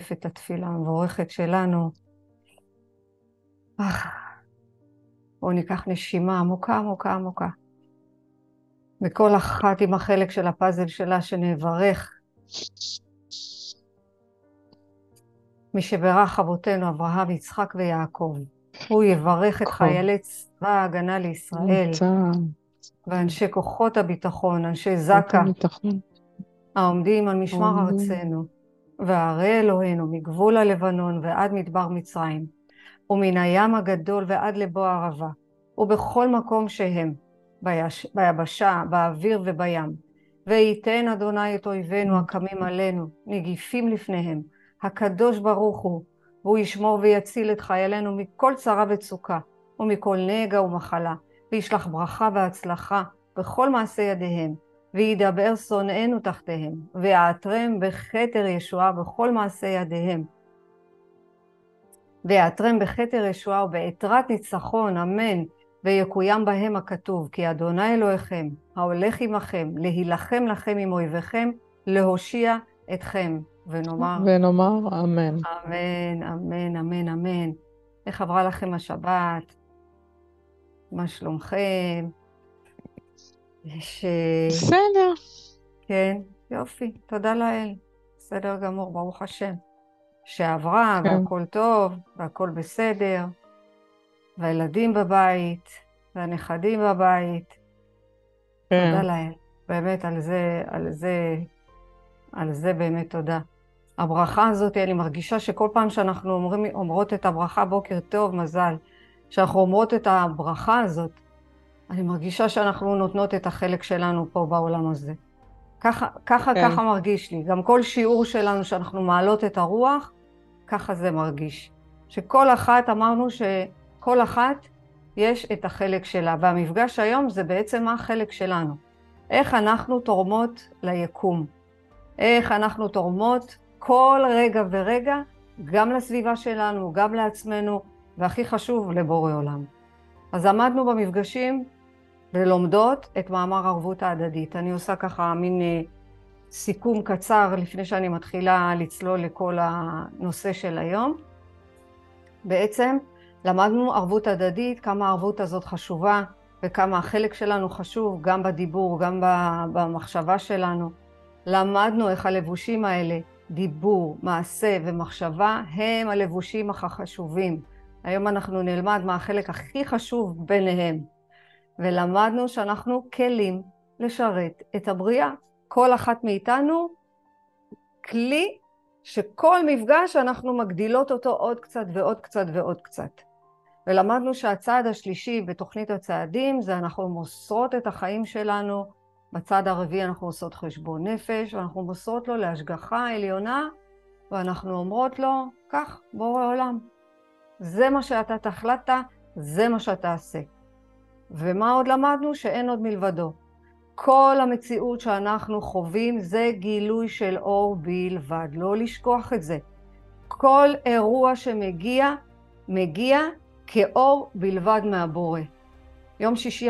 לשתף את התפילה המבורכת שלנו. בואו ניקח נשימה עמוקה, עמוקה, עמוקה. וכל אחת עם החלק של הפאזל שלה שנברך. מי שברך אבותינו אברהם, יצחק ויעקב. הוא יברך את חיילי צבא ההגנה לישראל, ואנשי כוחות הביטחון, אנשי זק"א, העומדים על משמר ארצנו, והרי אלוהינו מגבול הלבנון ועד מדבר מצרים, ומן הים הגדול ועד לבוא הערבה, ובכל מקום שהם, ביבשה, באוויר ובים. וייתן אדוני את אויבינו הקמים עלינו, נגיפים לפניהם, הקדוש ברוך הוא, והוא ישמור ויציל את חיילינו מכל צרה וצוקה, ומכל נגע ומחלה, וישלח ברכה והצלחה בכל מעשה ידיהם, וידבר שונאינו תחתיהם, ויעטרם בכתר ישועה בכל מעשה ידיהם, ויעטרם בכתר ישועה ובעטרת ניצחון, אמן, ויקוים בהם הכתוב, כי אדוני אלוהיכם, ההולך עמכם, להילחם לכם עם אויביכם, להושיע אתכם. ונאמר אמן. אמן, אמן, אמן, אמן. איך עברה לכם השבת? מה שלומכם? בסדר. כן, יופי, תודה לאל. בסדר גמור, ברוך השם. שעברה, כן. והכל טוב, והכל בסדר. והילדים בבית, והנכדים בבית. כן. תודה לאל. באמת על זה באמת תודה. הברכה הזאת, אני מרגישה שכל פעם שאנחנו אומרות את הברכה, בוקר טוב, מזל, שאנחנו אומרות את הברכה הזאת, אני מרגישה שאנחנו נותנות את החלק שלנו פה בעולם הזה. ככה מרגיש לי. גם כל שיעור שלנו שאנחנו מעלות את הרוח, ככה זה מרגיש. שכל אחת, אמרנו שכל אחת יש את החלק שלה, והמפגש היום זה בעצם מה החלק שלנו. איך אנחנו תורמות ליקום. איך אנחנו תורמות כל רגע ורגע, גם לסביבה שלנו, גם לעצמנו, והכי חשוב, לבורא עולם. אז עמדנו במפגשים ולומדות את מאמר ערבות ההדדית. אני עושה ככה מין סיכום קצר לפני שאני מתחילה לצלול לכל הנושא של היום. בעצם למדנו ערבות הדדית, כמה הערבות הזאת חשובה, וכמה החלק שלנו חשוב, גם בדיבור, גם במחשבה שלנו. למדנו איך הלבושים האלה, דיבור, מעשה ומחשבה, הם הלבושים החשובים. היום אנחנו נלמד מה החלק הכי חשוב ביניהם. ולמדנו שאנחנו כלים לשרת את הבריאה. כל אחת מאיתנו כלי שכל מפגש אנחנו מגדילות אותו עוד קצת ועוד קצת ועוד קצת. ולמדנו שהצעד השלישי בתוכנית הצעדים זה אנחנו מוסרות את החיים שלנו. בצד הרביעי אנחנו עושות חשבון נפש, ואנחנו מוסרות לו להשגחה עליונה, ואנחנו אומרות לו, כך, בורא עולם. זה מה שאתה תחלטת, זה מה שאתה עושה. ומה עוד למדנו? שאין עוד מלבדו. כל המציאות שאנחנו חווים זה גילוי של אור בלבד, לא לשכוח את זה. כל אירוע שמגיע, מגיע כאור בלבד מהבורא. יום שישי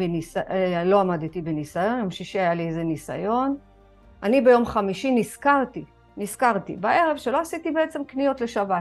לא עמדתי בניסיון, יום שישי היה לי איזה ניסיון. אני ביום חמישי נזכרתי, בערב שלא עשיתי בעצם קניות לשבת.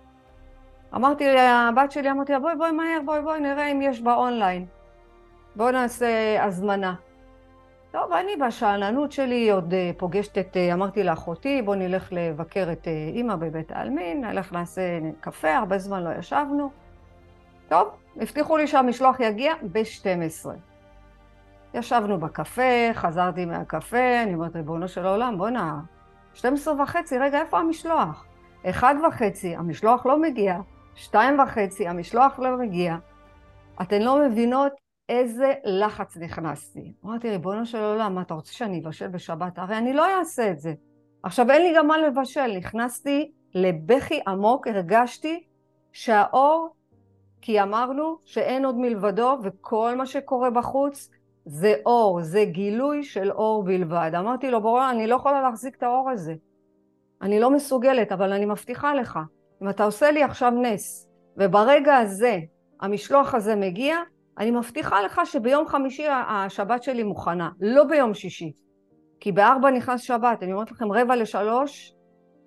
אמרתי לבת שלי, בואי מהר, בואי נראה אם יש באונליין. בואי נעשה הזמנה. טוב, ואני בשעננות שלי עוד פוגשת אמרתי לאחותי, בואי נלך לבקר את אמא בבית העלמין, נלך נעשה קפה, הרבה זמן לא ישבנו. טוב, הבטיחו לי שהמשלוח יגיע ב-12. ישבנו בקפה, חזרתי מהקפה, אני אומרת, ריבונו של העולם, בוא'נה, 12:30, רגע, איפה המשלוח? 1:30, המשלוח לא מגיע, 2:30, המשלוח לא מגיע. אתן לא מבינות איזה לחץ נכנסתי. אמרתי, ריבונו של העולם, מה אתה רוצה שאני אבשל בשבת? הרי אני לא אעשה את זה. עכשיו אין לי גם מה לבשל, נכנסתי לבכי עמוק, הרגשתי שהאור, כי אמרנו שאין עוד מלבדו, וכל מה שקורה בחוץ זה אור, זה גילוי של אור בלבד. אמרתי לו, בורא, אני לא יכולה להחזיק את האור הזה. אני לא מסוגלת, אבל אני מבטיחה לך, אם אתה עושה לי עכשיו נס, וברגע הזה המשלוח הזה מגיע, אני מבטיחה לך שביום חמישי השבת שלי מוכנה, לא ביום שישי. כי ב-4 נכנס שבת, אני אומרת לכם 2:45,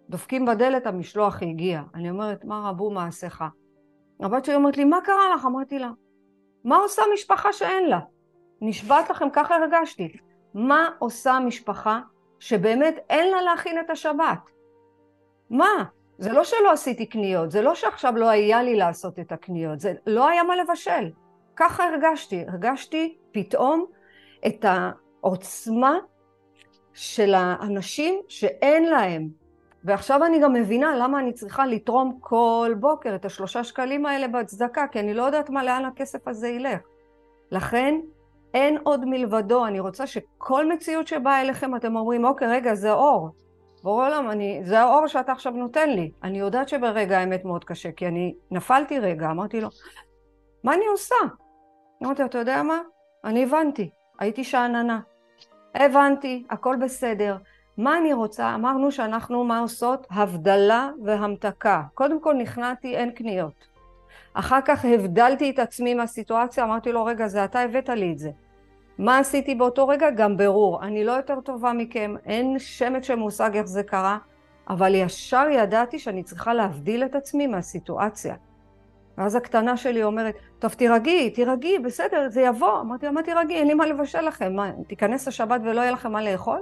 דופקים בדלת, המשלוח הגיע. אני אומרת, מה רבו מעשיך? הבת שלי אומרת לי, מה קרה לך? אמרתי לה, מה עושה משפחה שאין לה? נשבעת לכם, ככה הרגשתי. מה עושה משפחה שבאמת אין לה להכין את השבת? מה? זה לא שלא עשיתי קניות, זה לא שעכשיו לא היה לי לעשות את הקניות, זה לא היה מה לבשל. ככה הרגשתי פתאום את העוצמה של האנשים שאין להם. ועכשיו אני גם מבינה למה אני צריכה לתרום כל בוקר את 3 שקלים האלה בצדקה, כי אני לא יודעת לאן הכסף הזה ילך. לכן אין עוד מלבדו. אני רוצה שכל מציאות שבאה אליכם אתם אומרים, אוקיי, רגע, זה אור. בורא עולם, זה האור שאתה עכשיו נותן לי. אני יודעת שברגע האמת מאוד קשה, כי אני נפלתי רגע, אמרתי לו, מה אני עושה? אמרתי, אתה יודע מה? אני הבנתי, הייתי שאננה. הבנתי, הכל בסדר. מה אני רוצה? אמרנו שאנחנו מה עושות? הבדלה והמתקה. קודם כל נכנעתי, אין קניות. אחר כך הבדלתי את עצמי מהסיטואציה, אמרתי לו, רגע, זה אתה הבאת לי את זה. מה עשיתי באותו רגע? גם ברור. אני לא יותר טובה מכם, אין שמץ של מושג איך זה קרה, אבל ישר ידעתי שאני צריכה להבדיל את עצמי מהסיטואציה. ואז הקטנה שלי אומרת, טוב, תירגעי, בסדר, זה יבוא. אמרתי, מה תירגעי? אין לי מה לבשל לכם. מה, תיכנס לשבת ולא יהיה לכם מה לאכול?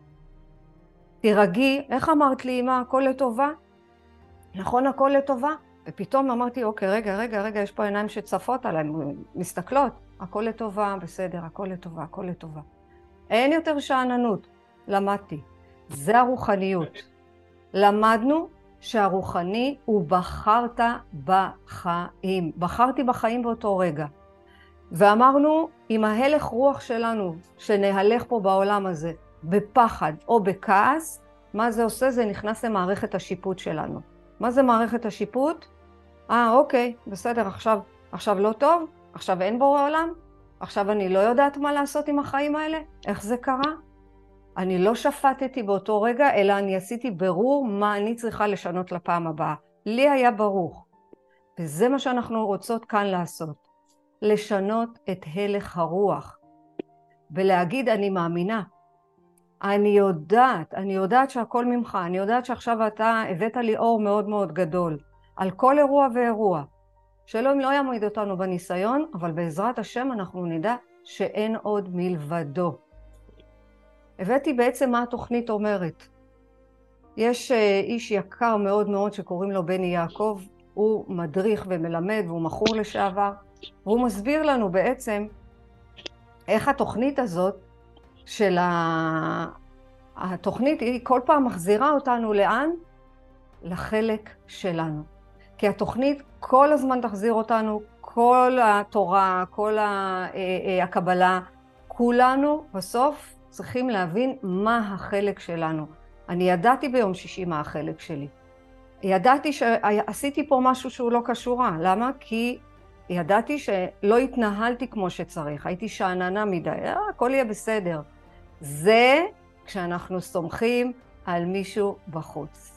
תירגעי, איך אמרת לי, אמא, הכל לטובה? נכון, הכל לטובה? ופתאום אמרתי, אוקיי, רגע, יש פה עיניים שצפות עליי, מסתכלות. הכל לטובה, בסדר, הכל לטובה, הכל לטובה. אין יותר שאננות. למדתי. זה הרוחניות. למדנו שהרוחני הוא בחרת בחיים. בחרתי בחיים באותו רגע. ואמרנו, עם ההלך רוח שלנו, שנהלך פה בעולם הזה, בפחד או בכעס, מה זה עושה? זה נכנס למערכת השיפוט שלנו. מה זה מערכת השיפוט? אוקיי, בסדר, עכשיו לא טוב? עכשיו אין בורא עולם? עכשיו אני לא יודעת מה לעשות עם החיים האלה? איך זה קרה? אני לא שפטתי באותו רגע, אלא אני עשיתי ברור מה אני צריכה לשנות לפעם הבאה. לי היה ברור. וזה מה שאנחנו רוצות כאן לעשות. לשנות את הלך הרוח. ולהגיד, אני מאמינה. אני יודעת שהכל ממך. אני יודעת שעכשיו אתה הבאת לי אור מאוד מאוד גדול. על כל אירוע ואירוע. שאלוהים לא יעמיד אותנו בניסיון, אבל בעזרת השם אנחנו נדע שאין עוד מלבדו. הבאתי בעצם מה התוכנית אומרת. יש איש יקר מאוד מאוד שקוראים לו בני יעקב, הוא מדריך ומלמד והוא מכור לשעבר, והוא מסביר לנו בעצם איך התוכנית הזאת של התוכנית היא כל פעם מחזירה אותנו לאן? לחלק שלנו. כי התוכנית כל הזמן תחזיר אותנו, כל התורה, כל הקבלה, כולנו בסוף צריכים להבין מה החלק שלנו. אני ידעתי ביום שישי מה החלק שלי. ידעתי שעשיתי פה משהו שהוא לא קשורה. למה? כי ידעתי שלא התנהלתי כמו שצריך. הייתי שאננה מדי. הכל יהיה בסדר. זה כשאנחנו סומכים על מישהו בחוץ.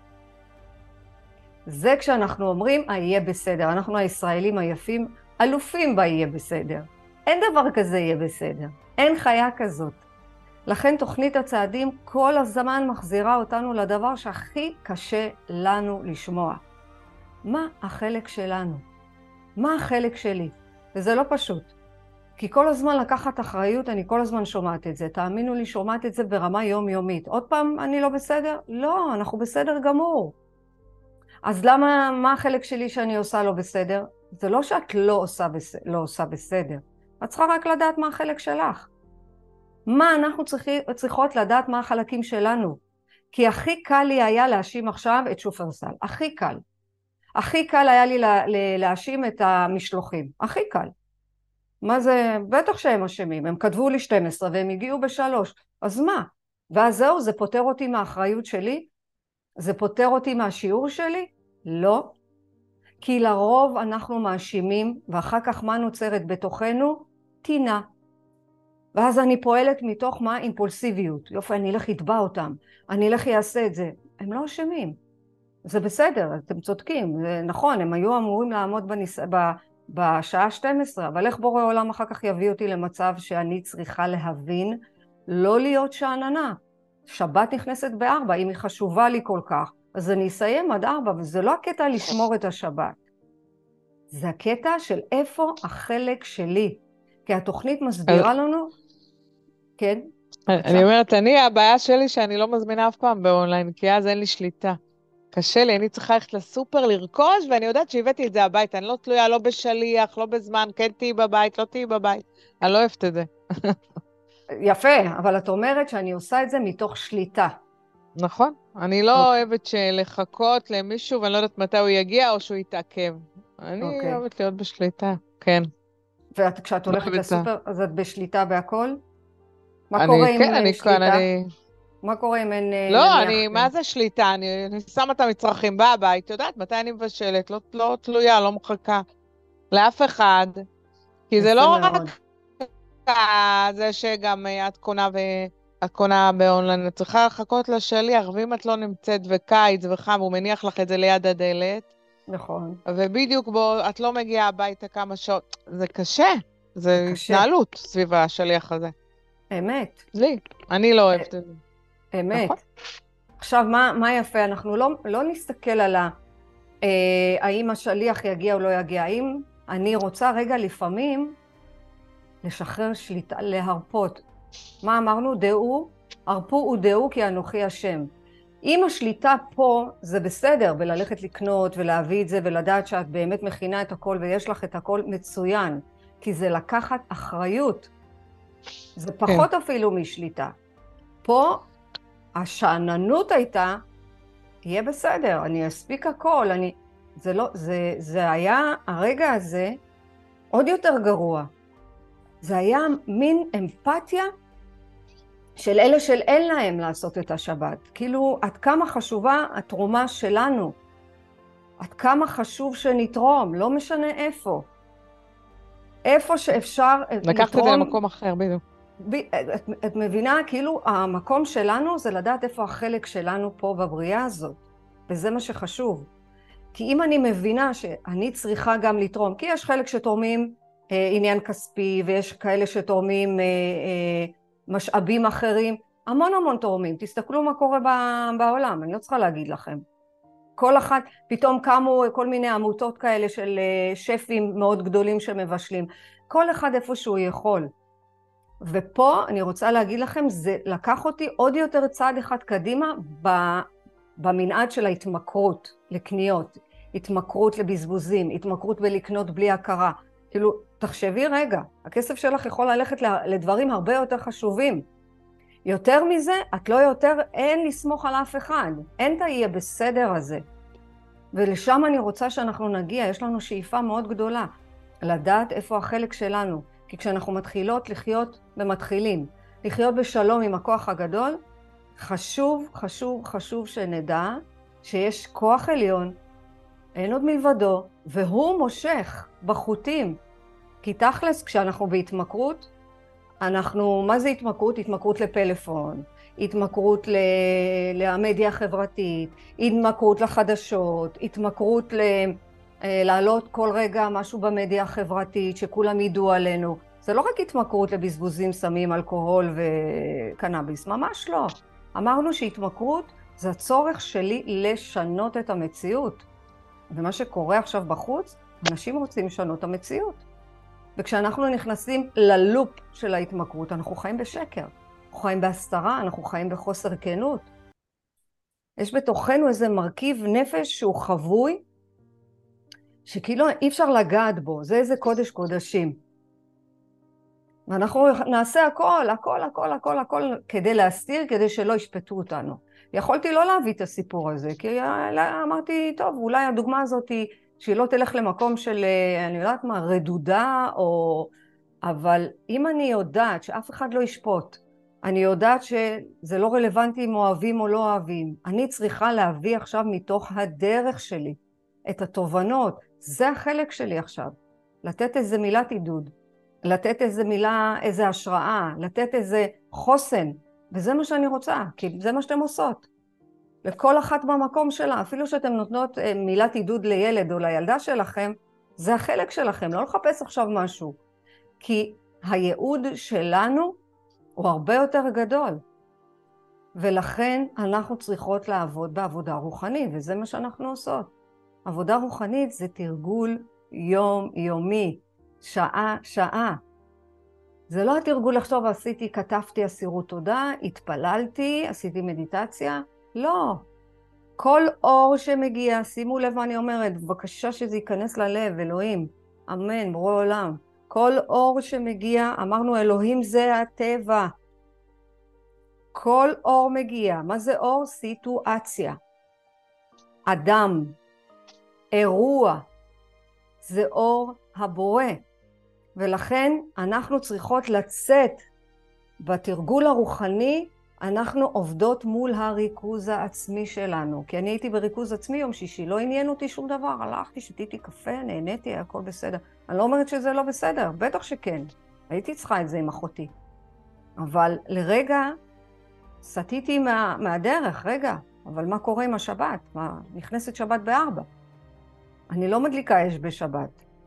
זה כשאנחנו אומרים, יהיה בסדר. אנחנו הישראלים היפים, אלופים יהיה בסדר. אין דבר כזה יהיה בסדר. אין חיה כזאת. לכן תוכנית הצעדים כל הזמן מחזירה אותנו לדבר שהכי קשה לנו לשמוע. מה החלק שלנו? מה החלק שלי? וזה לא פשוט. כי כל הזמן לקחת אחריות, אני כל הזמן שומעת את זה. תאמינו לי, שומעת את זה ברמה יומיומית. עוד פעם, אני לא בסדר? לא, אנחנו בסדר גמור. אז מה החלק שלי שאני עושה לא בסדר? זה לא שאת לא עושה בסדר. את צריכה רק לדעת מה החלק שלך. מה אנחנו צריכות לדעת מה החלקים שלנו. כי הכי קל לי היה להאשים עכשיו את שופרסל. הכי קל. הכי קל היה לי להאשים את המשלוחים. הכי קל. מה זה? בטח שהם אשמים. הם כתבו לי 12 והם הגיעו ב3. אז מה? ואז זהו, זה פותר אותי מהאחריות שלי? זה פותר אותי מהשיעור שלי? לא. כי לרוב אנחנו מאשימים, ואחר כך מה נוצרת בתוכנו? טינה. ואז אני פועלת מתוך מה? אימפולסיביות. יופי, אני אלך לתבע אותם. אני אלך יעשה את זה. הם לא אשמים. זה בסדר, אתם צודקים. זה נכון, הם היו אמורים לעמוד בשעה 12, אבל איך בורא עולם אחר כך יביא אותי למצב שאני צריכה להבין, לא להיות שאננה. שבת נכנסת ב-4, אם היא חשובה לי כל כך, אז אני אסיים עד 4, וזה לא הקטע לשמור את השבת. זה הקטע של איפה החלק שלי. כי התוכנית מסבירה לנו, כן? אני אומרת, הבעיה שלי שאני לא מזמינה אף פעם באונליין, כי אז אין לי שליטה. קשה לי, אני צריכה ללכת לסופר לרכוש, ואני יודעת שהבאתי את זה הביתה, אני לא תלויה לא בשליח, לא בזמן, כן תהי בבית, לא תהי בבית. אני לא אוהבת את זה. יפה, אבל את אומרת שאני עושה את זה מתוך שליטה. נכון, אני לא אוהבת לחכות למישהו, ואני לא יודעת מתי הוא יגיע או שהוא יתעכב. אני אוהבת להיות בשליטה, כן. וכשאת הולכת לסופר, אז את בשליטה בהכל? מה קורה עם שליטה? מה קורה אם אין נניח? לא, מה זה שליטה? אני שמה את המצרכים בבית, יודעת מתי אני מבשלת, לא תלויה, לא מחכה לאף אחד, כי זה לא רק זה שגם את קונה באונליין, את צריכה לחכות לשליח, ואם את לא נמצאת וקיץ וחם, הוא מניח לך את זה ליד הדלת. נכון. ובדיוק את לא מגיעה הביתה כמה שעות, זה קשה, זה התנהלות סביב השליח הזה. אמת. לי, אני לא אוהבת את זה. אמת. עכשיו, מה יפה? אנחנו לא נסתכל על האם השליח יגיע או לא יגיע. האם אני רוצה רגע לפעמים לשחרר שליטה, להרפות. מה אמרנו? הרפו ודעו כי אנוכי השם. אם השליטה פה זה בסדר, וללכת לקנות ולהביא את זה ולדעת שאת באמת מכינה את הכל ויש לך את הכל מצוין, כי זה לקחת אחריות. זה פחות אפילו משליטה. פה השעננות הייתה, יהיה בסדר, אני אספיק הכל, זה היה, הרגע הזה, עוד יותר גרוע. זה היה מין אמפתיה של אלה של אין להם לעשות את השבת. כאילו, עד כמה חשובה התרומה שלנו, עד כמה חשוב שנתרום, לא משנה איפה. איפה שאפשר לתרום. לקחת את זה למקום אחר, בדיוק. את מבינה, כאילו המקום שלנו זה לדעת איפה החלק שלנו פה בבריאה הזאת, וזה מה שחשוב. כי אם אני מבינה שאני צריכה גם לתרום, כי יש חלק שתורמים עניין כספי, ויש כאלה שתורמים משאבים אחרים, המון תורמים, תסתכלו מה קורה בעולם, אני לא צריכה להגיד לכם. כל אחת, פתאום קמו כל מיני עמותות כאלה של שפים מאוד גדולים שמבשלים, כל אחד איפה שהוא יכול. ופה אני רוצה להגיד לכם, זה לקח אותי עוד יותר צעד אחד קדימה במנעד של ההתמכרות לקניות, התמכרות לבזבוזים, התמכרות בלקנות בלי הכרה. כאילו, תחשבי רגע, הכסף שלך יכול ללכת לדברים הרבה יותר חשובים. יותר מזה, את לא יותר, אין לסמוך על אף אחד, אין תהיה בסדר הזה. ולשם אני רוצה שאנחנו נגיע, יש לנו שאיפה מאוד גדולה, לדעת איפה החלק שלנו. כי כשאנחנו מתחילות לחיות במתחילים, לחיות בשלום עם הכוח הגדול, חשוב שנדע שיש כוח עליון, אין עוד מלבדו, והוא מושך בחוטים. כי תכלס, כשאנחנו בהתמכרות, מה זה התמכרות? התמכרות לפלאפון, התמכרות למדיה החברתית, התמכרות לחדשות, התמכרות לעלות כל רגע משהו במדיה החברתית, שכולם ידעו עלינו. זה לא רק התמכרות לבזבוזים, סמים, אלכוהול וקנאביס, ממש לא. אמרנו שהתמכרות זה הצורך שלי לשנות את המציאות. ומה שקורה עכשיו בחוץ, אנשים רוצים לשנות את המציאות. וכשאנחנו נכנסים ללופ של ההתמכרות, אנחנו חיים בשקר, אנחנו חיים בהסתרה, אנחנו חיים בחוסר כנות. יש בתוכנו איזה מרכיב נפש שהוא חבוי, שכאילו אי אפשר לגעת בו, זה איזה קודש קודשים. ואנחנו נעשה הכל כדי להסתיר, כדי שלא ישפטו אותנו. יכולתי לא להביא את הסיפור הזה, כי אמרתי, טוב, אולי הדוגמה הזאת היא, שהיא לא תלך למקום של, אני יודעת מה, רדודה, אבל אם אני יודעת שאף אחד לא ישפוט, אני יודעת שזה לא רלוונטי אם אוהבים או לא אוהבים, אני צריכה להביא עכשיו מתוך הדרך שלי את התובנות, זה החלק שלי עכשיו, לתת איזה מילת עידוד, לתת איזה מילה, איזה השראה, לתת איזה חוסן, וזה מה שאני רוצה, כי זה מה שאתם עושות. לכל אחת במקום שלה, אפילו שאתם נותנות מילת עידוד לילד או לילדה שלכם, זה החלק שלכם, לא לחפש עכשיו משהו. כי הייעוד שלנו הוא הרבה יותר גדול. ולכן אנחנו צריכות לעבוד בעבודה רוחנית, וזה מה שאנחנו עושות. עבודה רוחנית זה תרגול יומי, שעה. זה לא התרגול לחשוב, עשיתי, כתבתי אסירות תודה, התפללתי, עשיתי מדיטציה. לא. כל אור שמגיע, שימו לב מה אני אומרת, בבקשה שזה ייכנס ללב, אלוהים, אמן, ברור עולם. כל אור שמגיע, אמרנו אלוהים זה הטבע. כל אור מגיע. מה זה אור? סיטואציה. אדם, אירוע, זה אור הבורא. ולכן אנחנו צריכות לצאת בתרגול הרוחני, אנחנו עובדות מול הריכוז העצמי שלנו. כי אני הייתי בריכוז עצמי יום שישי, לא עניין אותי שום דבר, הלכתי, שתיתי קפה, נהניתי, הכל בסדר. אני לא אומרת שזה לא בסדר, בטח שכן. הייתי צריכה את זה עם אחותי. אבל לרגע סטיתי מהדרך, רגע, אבל מה קורה עם השבת? נכנסת שבת ב16:00. אני לא מדליקה אש בשבת.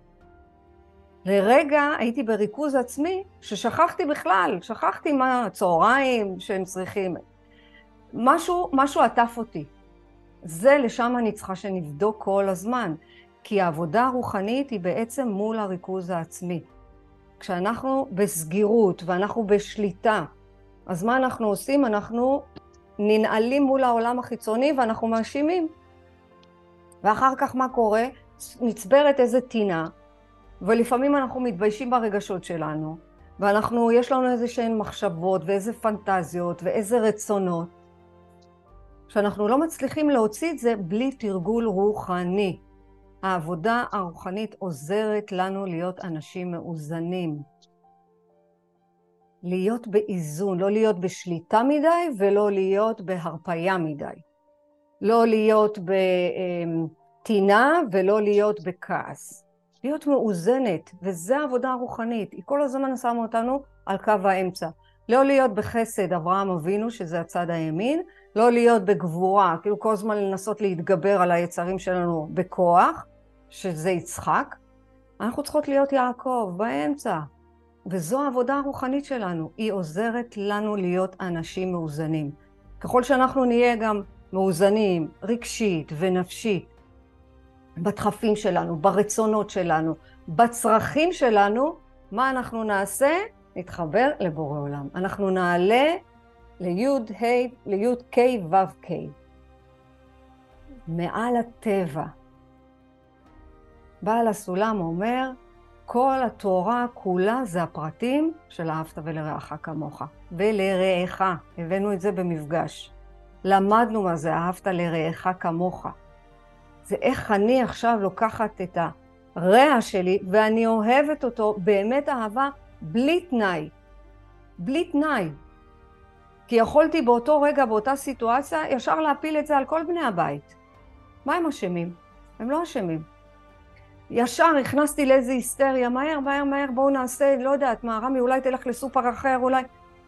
לרגע הייתי בריכוז עצמי ששכחתי בכלל, שכחתי מה הצהריים שהם צריכים. משהו עטף אותי. זה לשם אני צריכה שנבדוק כל הזמן, כי העבודה הרוחנית היא בעצם מול הריכוז העצמי. כשאנחנו בסגירות ואנחנו בשליטה, אז מה אנחנו עושים? אנחנו ננעלים מול העולם החיצוני ואנחנו מאשימים. ואחר כך מה קורה? נצברת איזה טינה, ולפעמים אנחנו מתביישים ברגשות שלנו, יש לנו איזה שהן מחשבות ואיזה פנטזיות ואיזה רצונות, שאנחנו לא מצליחים להוציא את זה בלי תרגול רוחני. העבודה הרוחנית עוזרת לנו להיות אנשים מאוזנים. להיות באיזון, לא להיות בשליטה מדי ולא להיות בהרפיה מדי. לא להיות בטינה ולא להיות בכעס. להיות מאוזנת, וזה העבודה הרוחנית. היא כל הזמן שמה אותנו על קו האמצע. לא להיות בחסד, אברהם אבינו, שזה הצד הימין, לא להיות בגבורה, כאילו כל הזמן לנסות להתגבר על היצרים שלנו בכוח, שזה יצחק. אנחנו צריכות להיות יעקב, באמצע. וזו העבודה הרוחנית שלנו. היא עוזרת לנו להיות אנשים מאוזנים. ככל שאנחנו נהיה גם מאוזנים, רגשית ונפשית, בדחפים שלנו, ברצונות שלנו, בצרכים שלנו, מה אנחנו נעשה? נתחבר לבורא עולם. אנחנו נעלה ליוד ק' ו' ק'. מעל הטבע. בעל הסולם אומר, כל התורה כולה זה הפרטים של אהבת ולרעך כמוך. ולרעך, הבאנו את זה במפגש. למדנו מה זה אהבת לרעך כמוך. זה איך אני עכשיו לוקחת את הרע שלי, ואני אוהבת אותו באמת אהבה בלי תנאי. בלי תנאי. כי יכולתי באותו רגע, באותה סיטואציה, ישר להפיל את זה על כל בני הבית. מה הם אשמים? הם לא אשמים. ישר הכנסתי לאיזו היסטריה, מהר, בואו נעשה, לא יודעת מה, רמי, אולי תלך לסופר אחר, אולי...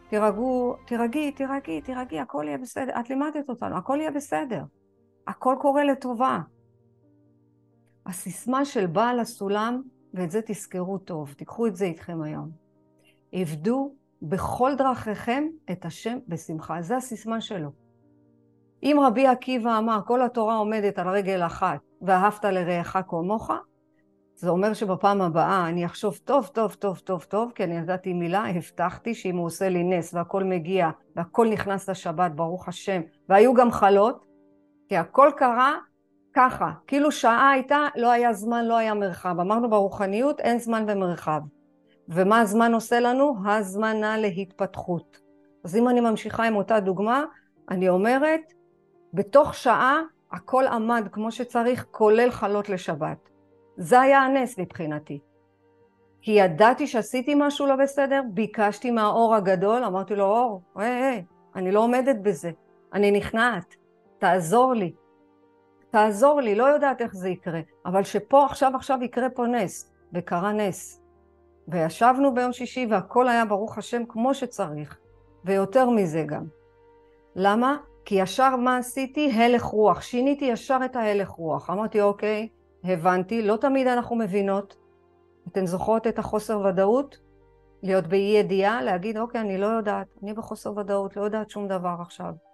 תירגעי, הכל יהיה בסדר. את לימדת אותנו, הכל יהיה בסדר. הכל קורה לטובה. הסיסמה של בעל הסולם, ואת זה תזכרו טוב, תיקחו את זה איתכם היום. עבדו בכל דרכיכם את השם בשמחה. זה הסיסמה שלו. אם רבי עקיבא אמר, כל התורה עומדת על רגל אחת, ואהבת לרעך כמוך, זה אומר שבפעם הבאה אני אחשוב טוב, כי אני ידעתי מילה, הבטחתי שאם הוא עושה לי נס והכל מגיע, והכל נכנס לשבת, ברוך השם, והיו גם חלות, כי הכל קרה ככה, כאילו שעה הייתה, לא היה זמן, לא היה מרחב. אמרנו ברוחניות, אין זמן ומרחב. ומה הזמן עושה לנו? הזמנה להתפתחות. אז אם אני ממשיכה עם אותה דוגמה, אני אומרת, בתוך שעה הכל עמד כמו שצריך, כולל חלות לשבת. זה היה הנס מבחינתי. כי ידעתי שעשיתי משהו לא בסדר, ביקשתי מהאור הגדול, אמרתי לו, אור, אני לא עומדת בזה, אני נכנעת, תעזור לי, לא יודעת איך זה יקרה, אבל שפה עכשיו יקרה פה נס, וקרה נס. וישבנו ביום שישי והכל היה ברוך השם כמו שצריך, ויותר מזה גם. למה? כי ישר מה עשיתי? הלך רוח, שיניתי ישר את ההלך רוח. אמרתי, אוקיי, הבנתי, לא תמיד אנחנו מבינות. אתן זוכרות את החוסר ודאות? להיות באי ידיעה, להגיד, אוקיי, אני לא יודעת, אני בחוסר ודאות, לא יודעת שום דבר עכשיו.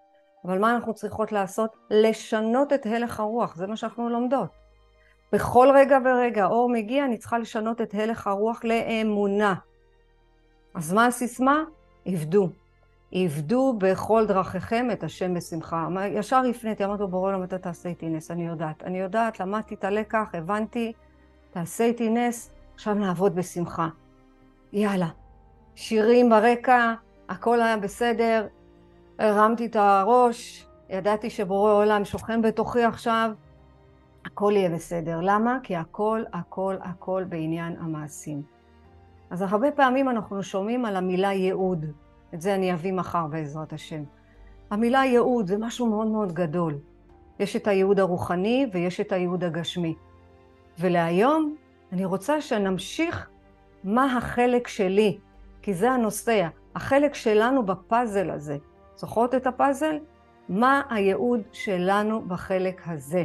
אבל מה אנחנו צריכות לעשות? לשנות את הלך הרוח, זה מה שאנחנו לומדות. בכל רגע ורגע, אור מגיע, אני צריכה לשנות את הלך הרוח לאמונה. אז מה הסיסמה? עבדו. עבדו בכל דרכיכם את השם בשמחה. ישר הפניתי, אמרתי לו, בורא עולם, אתה תעשה איתי נס, אני יודעת, למדתי את הלקח, הבנתי, תעשה איתי נס, עכשיו נעבוד בשמחה. יאללה, שירים ברקע, הכל היה בסדר, הרמתי את הראש, ידעתי שבורא עולם שוכן בתוכי עכשיו, הכל יהיה בסדר. למה? כי הכל בעניין המעשים. אז הרבה פעמים אנחנו שומעים על המילה ייעוד. את זה אני אביא מחר בעזרת השם. המילה ייעוד זה משהו מאוד מאוד גדול. יש את הייעוד הרוחני ויש את הייעוד הגשמי. ולהיום אני רוצה שנמשיך מה החלק שלי, כי זה הנושא, החלק שלנו בפאזל הזה. זוכרות את הפאזל? מה הייעוד שלנו בחלק הזה?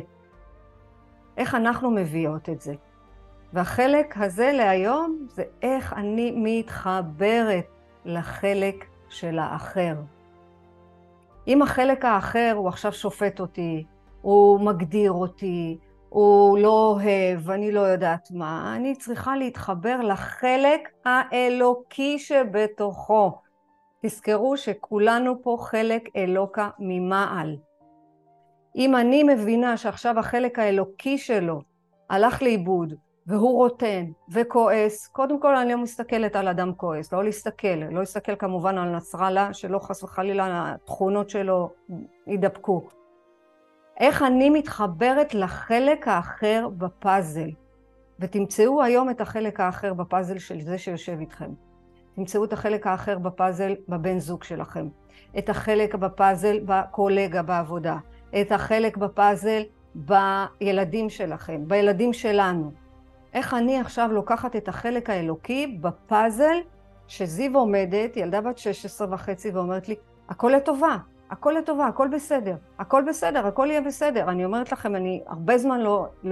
איך אנחנו מביאות את זה? והחלק הזה להיום זה איך אני מתחברת לחלק של האחר. אם החלק האחר הוא עכשיו שופט אותי, הוא מגדיר אותי, הוא לא אוהב, אני לא יודעת מה, אני צריכה להתחבר לחלק האלוקי שבתוכו. תזכרו שכולנו פה חלק אלוקה ממעל. אם אני מבינה שעכשיו החלק האלוקי שלו הלך לאיבוד, והוא רוטן וכועס, קודם כל אני לא מסתכלת על אדם כועס, לא להסתכל כמובן על נסראללה, שלא חס וחלילה התכונות שלו יידבקו. איך אני מתחברת לחלק האחר בפאזל, ותמצאו היום את החלק האחר בפאזל של זה שיושב איתכם. תמצאו את החלק האחר בפאזל בבן זוג שלכם, את החלק בפאזל בקולגה בעבודה, את החלק בפאזל בילדים שלכם, בילדים שלנו. איך אני עכשיו לוקחת את החלק האלוקי בפאזל שזיו עומדת, ילדה בת 16.5, ואומרת לי, הכל לטובה, הכל בסדר, הכל יהיה בסדר. אני אומרת לכם, אני הרבה זמן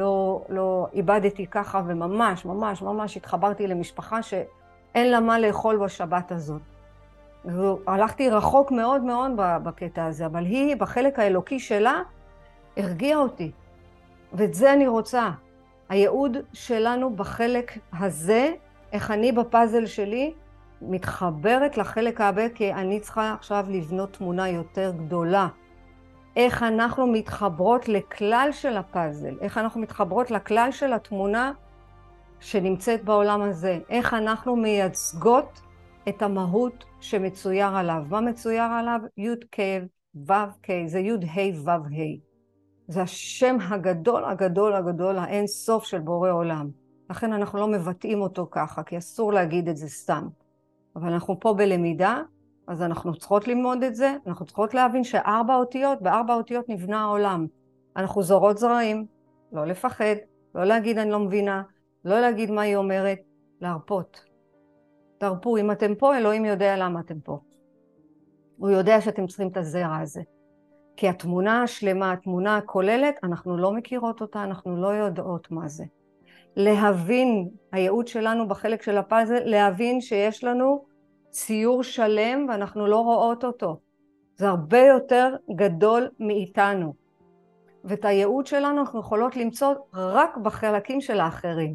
לא איבדתי ככה, וממש התחברתי למשפחה שאין לה מה לאכול בשבת הזאת. והלכתי רחוק מאוד בקטע הזה, אבל היא בחלק האלוקי שלה הרגיעה אותי. ואת זה אני רוצה. הייעוד שלנו בחלק הזה, איך אני בפאזל שלי מתחברת לחלק הבא, כי אני צריכה עכשיו לבנות תמונה יותר גדולה. איך אנחנו מתחברות לכלל של הפאזל, איך אנחנו מתחברות לכלל של התמונה שנמצאת בעולם הזה, איך אנחנו מייצגות את המהות שמצויר עליו. מה מצויר עליו? י' כ' ו' כ', זה י' ה' ו' ה'. זה השם הגדול, האין סוף של בורא עולם. לכן אנחנו לא מבטאים אותו ככה, כי אסור להגיד את זה סתם. אבל אנחנו פה בלמידה, אז אנחנו צריכות ללמוד את זה, אנחנו צריכות להבין בארבע אותיות נבנה העולם. אנחנו זורות זרעים, לא לפחד, לא להגיד אני לא מבינה, לא להגיד מה היא אומרת, להרפות. תרפו, אם אתם פה, אלוהים יודע למה אתם פה. הוא יודע שאתם צריכים את הזרע הזה. כי התמונה השלמה, התמונה הכוללת, אנחנו לא מכירות אותה, אנחנו לא יודעות מה זה. להבין, הייעוד שלנו בחלק של הפאזל, להבין שיש לנו ציור שלם ואנחנו לא רואות אותו. זה הרבה יותר גדול מאיתנו. ואת הייעוד שלנו אנחנו יכולות למצוא רק בחלקים של האחרים.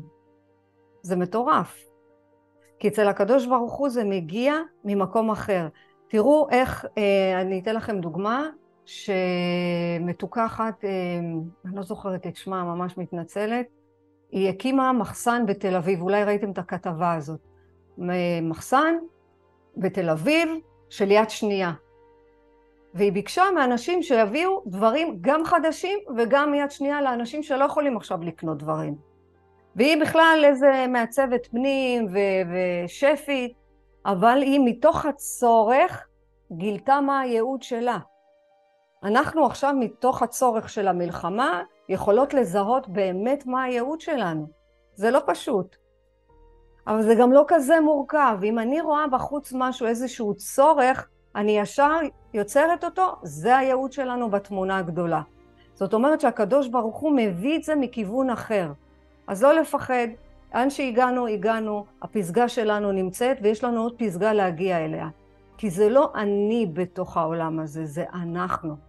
זה מטורף. כי אצל הקדוש ברוך הוא זה מגיע ממקום אחר. תראו איך, אני אתן לכם דוגמה, שמתוקחת, אני לא זוכרת את שמה, ממש מתנצלת, היא הקימה מחסן בתל אביב, אולי ראיתם את הכתבה הזאת. מחסן בתל אביב של יד שנייה. והיא ביקשה מאנשים שיביאו דברים גם חדשים וגם יד שנייה לאנשים שלא יכולים עכשיו לקנות דברים. והיא בכלל איזה מעצבת פנים ושפית, אבל היא מתוך הצורך גילתה מה הייעוד שלה. אנחנו עכשיו מתוך הצורך של המלחמה יכולות לזהות באמת מה הייעוד שלנו. זה לא פשוט. אבל זה גם לא כזה מורכב. אם אני רואה בחוץ משהו, איזשהו צורך, אני ישר יוצרת אותו, זה הייעוד שלנו בתמונה הגדולה. זאת אומרת שהקדוש ברוך הוא מביא את זה מכיוון אחר. אז לא לפחד, לאן שהגענו, הפסגה שלנו נמצאת, ויש לנו עוד פסגה להגיע אליה. כי זה לא אני בתוך העולם הזה, זה אנחנו.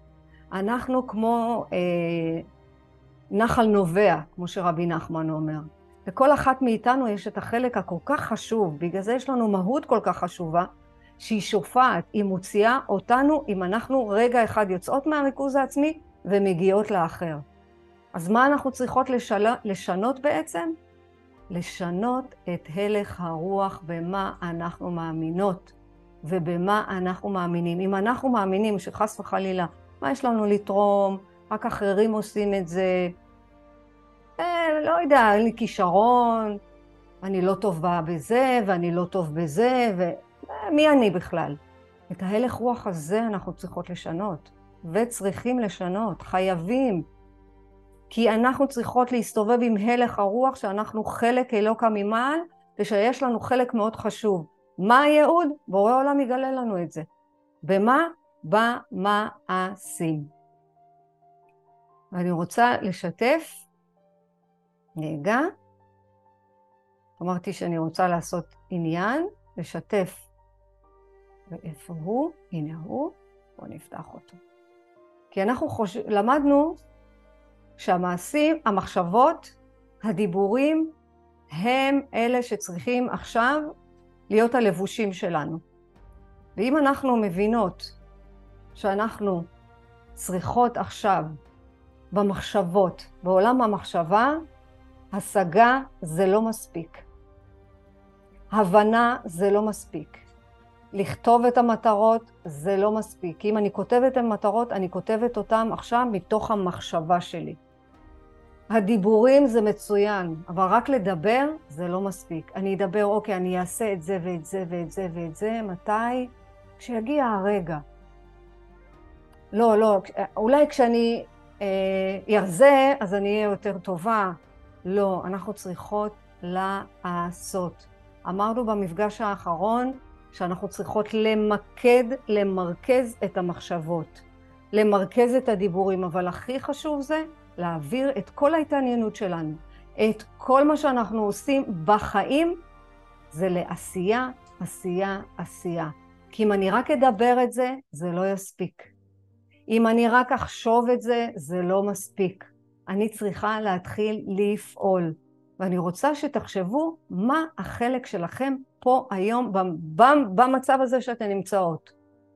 אנחנו כמו נחל נובע, כמו שרבי נחמן אומר. לכל אחת מאיתנו יש את החלק הכל כך חשוב, בגלל זה יש לנו מהות כל כך חשובה, שהיא שופעת, היא מוציאה אותנו אם אנחנו רגע אחד יוצאות מהריכוז העצמי ומגיעות לאחר. אז מה אנחנו צריכות לשנות בעצם? לשנות את הלך הרוח במה אנחנו מאמינות ובמה אנחנו מאמינים. אם אנחנו מאמינים שחס וחלילה, מה יש לנו לתרום? רק אחרים עושים את זה. לא יודע, אין לי כישרון, אני לא טובה בזה ואני לא טוב בזה, ומי אני בכלל? את ההלך רוח הזה אנחנו צריכות לשנות, וצריכים לשנות, חייבים. כי אנחנו צריכות להסתובב עם הלך הרוח שאנחנו חלק אלוקא ממעל, ושיש לנו חלק מאוד חשוב. מה הייעוד? בורא עולם יגלה לנו את זה. במה? במעשים. ואני רוצה לשתף, רגע, אמרתי שאני רוצה לעשות עניין, לשתף. ואיפה הוא? הנה הוא, בואו נפתח אותו. כי אנחנו למדנו שהמעשים, המחשבות, הדיבורים, הם אלה שצריכים עכשיו להיות הלבושים שלנו. ואם אנחנו מבינות שאנחנו צריכות עכשיו במחשבות, בעולם המחשבה, השגה זה לא מספיק. הבנה זה לא מספיק. לכתוב את המטרות זה לא מספיק. אם אני כותבת את המטרות, אני כותבת אותן עכשיו מתוך המחשבה שלי. הדיבורים זה מצוין, אבל רק לדבר זה לא מספיק. אני אדבר, אוקיי, אני אעשה את זה ואת זה ואת זה ואת זה, מתי? כשיגיע הרגע. לא, אולי כשאני ירזה, אז אני אהיה יותר טובה. לא, אנחנו צריכות לעשות. אמרנו במפגש האחרון שאנחנו צריכות למרכז את המחשבות, למרכז את הדיבורים, אבל הכי חשוב זה להעביר את כל ההתעניינות שלנו, את כל מה שאנחנו עושים בחיים, זה לעשייה, עשייה, עשייה. כי אם אני רק אדבר את זה, זה לא יספיק. אם אני רק אחשוב את זה, זה לא מספיק. אני צריכה להתחיל לפעול. ואני רוצה שתחשבו מה החלק שלכם פה היום, במצב הזה שאתן נמצאות.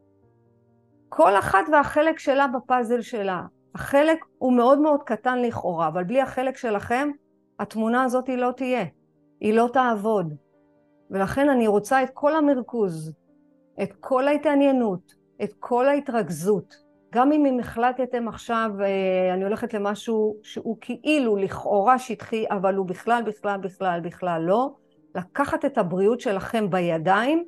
כל אחת והחלק שלה בפאזל שלה. החלק הוא מאוד מאוד קטן לכאורה, אבל בלי החלק שלכם, התמונה הזאת היא לא תהיה. היא לא תעבוד. ולכן אני רוצה את כל המרכוז, את כל ההתעניינות, את כל ההתרכזות. גם אם החלטתם עכשיו, אני הולכת למשהו שהוא כאילו לכאורה שטחי, אבל הוא בכלל לא, לקחת את הבריאות שלכם בידיים,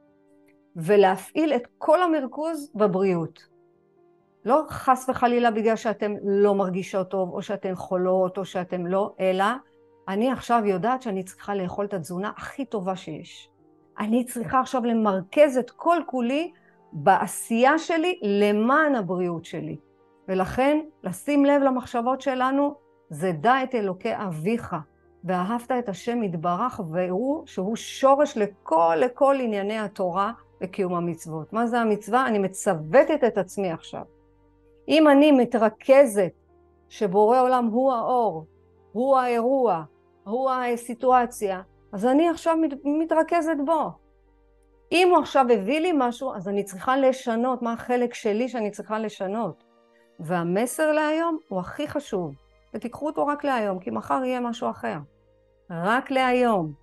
ולהפעיל את כל המרכוז בבריאות. לא חס וחלילה בגלל שאתם לא מרגישות טוב, או שאתם חולות, או שאתם לא, אלא אני עכשיו יודעת שאני צריכה לאכול את התזונה הכי טובה שיש. אני צריכה עכשיו למרכז את כל כולי בעשייה שלי למען הבריאות שלי. ולכן, לשים לב למחשבות שלנו, זה דע את אלוקי אביך, ואהבת את השם יתברך, והוא שהוא שורש לכל ענייני התורה וקיום המצוות. מה זה המצווה? אני מצוותת את עצמי עכשיו. אם אני מתרכזת שבורא עולם הוא האור, הוא האירוע, הוא הסיטואציה, אז אני עכשיו מתרכזת בו. אם הוא עכשיו הביא לי משהו, אז אני צריכה לשנות מה החלק שלי שאני צריכה לשנות. והמסר להיום הוא הכי חשוב. ותיקחו אותו רק להיום, כי מחר יהיה משהו אחר. רק להיום.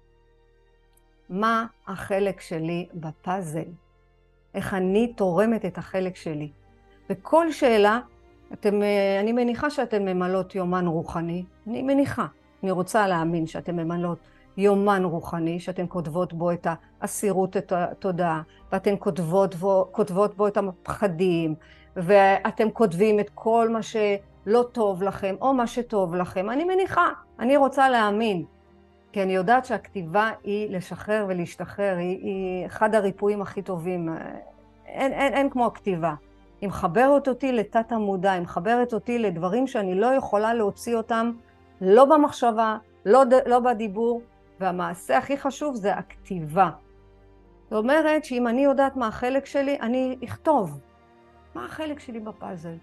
מה החלק שלי בפאזל? איך אני תורמת את החלק שלי? וכל שאלה, אני מניחה שאתן ממלאות יומן רוחני. אני מניחה. אני רוצה להאמין שאתן ממלאות יומן רוחני, שאתן כותבות בו את האסירות, את התודעה, ואתן כותבות בו את הפחדים, ואתם כותבים את כל מה שלא טוב לכם, או מה שטוב לכם. אני מניחה, אני רוצה להאמין, כי אני יודעת שהכתיבה היא לשחרר ולהשתחרר, היא אחד הריפויים הכי טובים. אין כמו הכתיבה. היא מחברת אותי לתת המודע, היא מחברת אותי לדברים שאני לא יכולה להוציא אותם, לא במחשבה, לא בדיבור, והמעשה הכי חשוב זה הכתיבה. זאת אומרת שאם אני יודעת מה החלק שלי, אני אכתוב. מה החלק שלי בפאזל?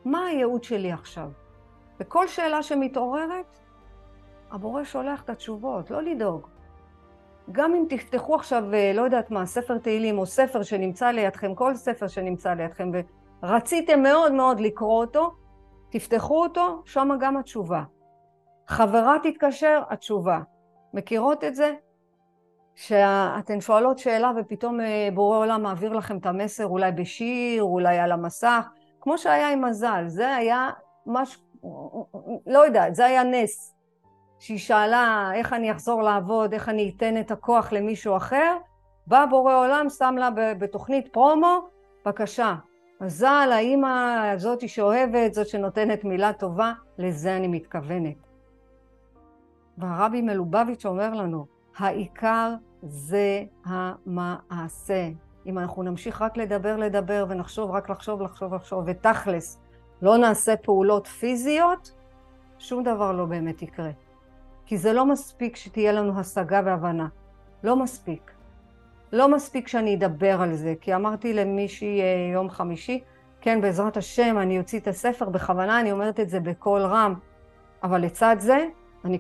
מה הייעוד שלי עכשיו? וכל שאלה שמתעוררת, הבורא שולח את התשובות, לא לדאוג. גם אם תפתחו עכשיו, לא יודעת מה, ספר תהילים או ספר שנמצא לידכם, כל ספר שנמצא לידכם, ורציתם מאוד מאוד לקרוא אותו, תפתחו אותו, שם גם התשובה. חברה תתקשר, התשובה. מכירות את זה? שאתן שואלות שאלה ופתאום בורא עולם מעביר לכם את המסר, אולי בשיר, אולי על המסך, כמו שהיה עם מזל, זה היה משהו, לא יודעת, זה היה נס. שהיא שאלה איך אני אחזור לעבוד, איך אני אתן את הכוח למישהו אחר, בא בורא עולם, שם לה בתוכנית פרומו, בבקשה, מזל, האמא הזאת שאוהבת, זאת שנותנת מילה טובה, לזה אני מתכוונת. והרבי מלובביץ' אומר לנו, העיקר זה המעשה. אם אנחנו נמשיך רק לדבר ונחשוב, רק לחשוב, ותכלס, לא נעשה פעולות פיזיות, שום דבר לא באמת יקרה. כי זה לא מספיק שתהיה לנו השגה והבנה. לא מספיק. לא מספיק שאני אדבר על זה, כי אמרתי למישהי יום חמישי, כן, בעזרת השם, אני אוציא את הספר, בכוונה אני אומרת את זה בקול רם, אבל לצד זה, אני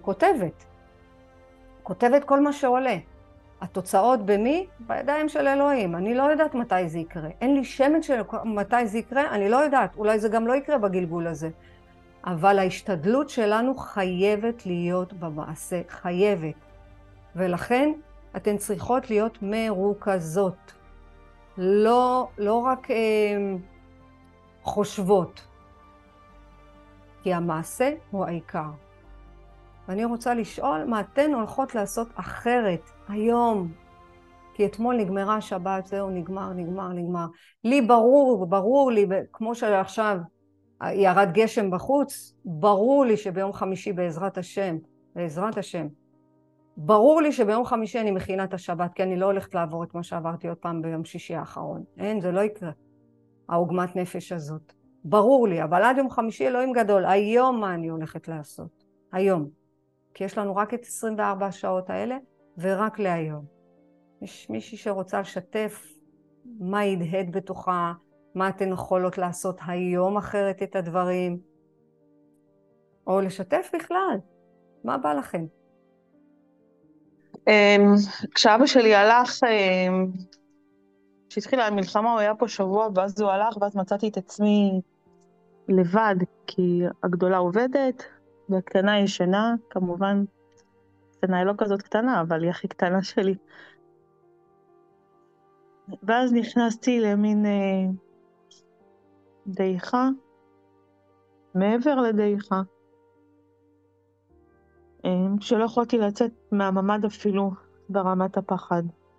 כותבת כל מה שעולה. התוצאות במי? בידיים של אלוהים. אני לא יודעת מתי זה יקרה. אין לי שמץ של מתי זה יקרה, אני לא יודעת. אולי זה גם לא יקרה בגלגול הזה. אבל ההשתדלות שלנו חייבת להיות במעשה, חייבת. ולכן אתן צריכות להיות מרוכזות. לא רק חושבות. כי המעשה הוא העיקר. ואני רוצה לשאול מה אתן הולכות לעשות אחרת היום. כי אתמול נגמרה השבת, זהו, נגמר. לי ברור לי, כמו שעכשיו ירד גשם בחוץ, ברור לי שביום חמישי בעזרת השם, ברור לי שביום חמישי אני מכינה את השבת, כי אני לא הולכת לעבור את מה שעברתי עוד פעם ביום שישי האחרון. אין, זה לא יקרה. העוגמת נפש הזאת. ברור לי, אבל עד יום חמישי אלוהים גדול. היום מה אני הולכת לעשות? היום. כי יש לנו רק את 24 השעות האלה, ורק להיום. יש מישהי שרוצה לשתף מה ידהד בתוכה, מה אתן יכולות לעשות היום אחרת את הדברים, או לשתף בכלל. מה בא לכם? כשאבא שלי הלך, כשהתחילה המלחמה הוא היה פה שבוע, ואז הוא הלך, ואז מצאתי את עצמי לבד, כי הגדולה עובדת, והקטנה ישנה, כמובן, קטנה היא לא כזאת קטנה, אבל היא הכי קטנה שלי. ואז נכנסתי למין דעיכה, מעבר לדעיכה, שלא יכולתי לצאת מהממד אפילו ברמת הפחד.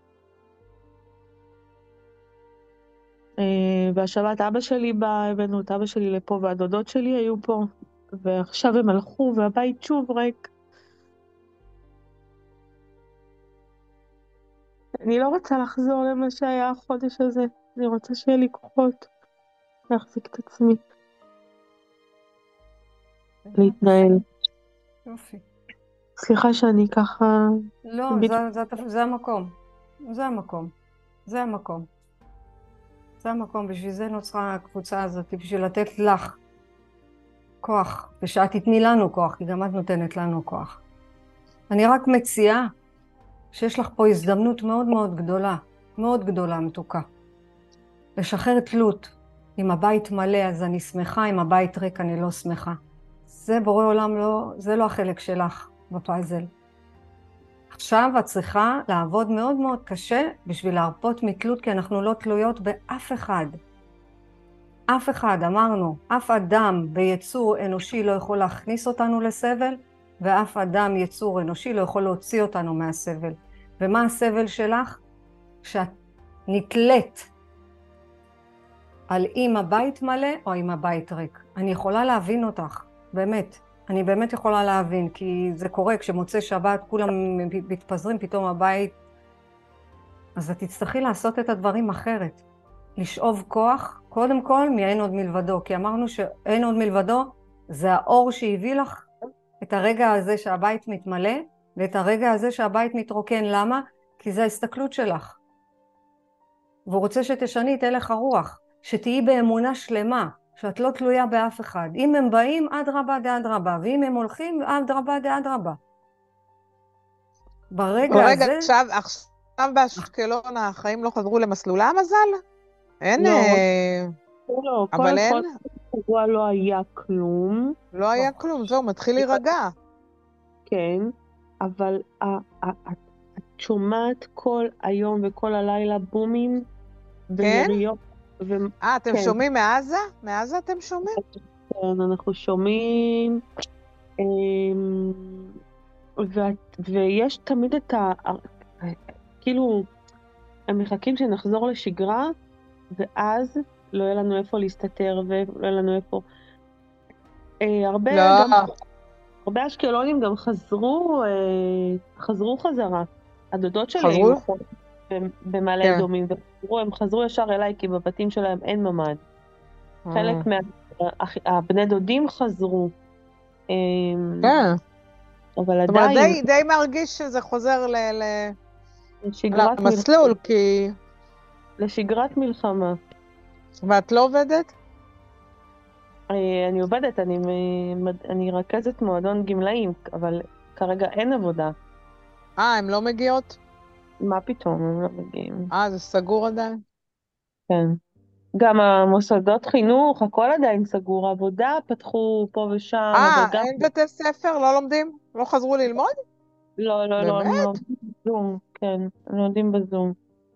והשבת אבא שלי בא, הבאנו את אבא שלי לפה, והדודות שלי היו פה, ועכשיו הם הלכו, והבית שוב ריק. אני לא רוצה לחזור למה שהיה החודש הזה, אני רוצה שיהיה לי כוחות להחזיק את עצמי, להתנהל. יופי. סליחה שאני ככה... לא, זה המקום. זה המקום, בשביל זה נוצרה הקבוצה הזאת, בשביל לתת לך כוח, ושאת תתני לנו כוח, כי גם את נותנת לנו כוח. אני רק מציעה שיש לך פה הזדמנות מאוד גדולה, מתוקה. לשחרר תלות. אם הבית מלא אז אני שמחה, אם הבית ריק אני לא שמחה. זה בורא עולם זה לא החלק שלך בפאזל. עכשיו את צריכה לעבוד מאוד מאוד קשה בשביל להרפות מתלות, כי אנחנו לא תלויות באף אחד. אף אחד, אמרנו, אף אדם ביצור אנושי לא יכול להכניס אותנו לסבל, ואף אדם יצור אנושי לא יכול להוציא אותנו מהסבל. ומה הסבל שלך? שאת נתלית על אם הבית מלא או אם הבית ריק. אני יכולה להבין אותך, באמת. אני באמת יכולה להבין, כי זה קורה, כשמוצא שבת כולם מתפזרים, פתאום הבית... אז את תצטרכי לעשות את הדברים אחרת. לשאוב כוח, קודם כל, מאין עוד מלבדו. כי אמרנו שאין עוד מלבדו, זה האור שהביא לך את הרגע הזה שהבית מתמלא, ואת הרגע הזה שהבית מתרוקן. למה? כי זה ההסתכלות שלך. והוא רוצה שתשני את הלך הרוח, שתהיי באמונה שלמה. שאת לא תלויה באף אחד. אם הם באים, אדרבה דאדרבה, ואם הם הולכים, אדרבה דאדרבה. ברגע אבל רגע, הזה... עכשיו באשקלון החיים לא חזרו למסלולם, מזל? אין, לא, לא, אבל אין, כל שבוע לא היה כלום, לא היה כלום, זהו, מתחיל להירגע. כן, אבל את שומעת כל היום וכל הלילה בומים כן? ויריות. אתם כן, שומעים מעזה? מעזה אתם שומעים? כן, אנחנו שומעים, אמ, ויש תמיד כאילו, הם מחכים שנחזור לשגרה, ואז לא יהיה לנו איפה להסתתר, ולא יהיה לנו איפה... לא. הרבה אשקלונים גם חזרו חזרה. הדודות שלי חזרו? היו חולות במעלה כן. אדומים, הם חזרו ישר אליי, כי בבתים שלהם אין ממ"ד. חלק מהבני דודים חזרו, כן. אבל זאת אומרת, עדיין, די מרגיש שזה חוזר לשגרת למסלול, כי... לשגרת מלחמה. ואת לא עובדת? אני עובדת, אני רכזת מועדון גמלאים, אבל כרגע אין עבודה. הן לא מגיעות? מה פתאום, הם לא מגיעים. זה סגור עדיין? כן. גם המוסדות חינוך, הכל עדיין סגור, עבודה פתחו פה ושם, אבל גם... אין בתי ספר? לא לומדים? לא חזרו ללמוד? לא, באמת? הם לומדים בזום, כן, הם לומדים בזום.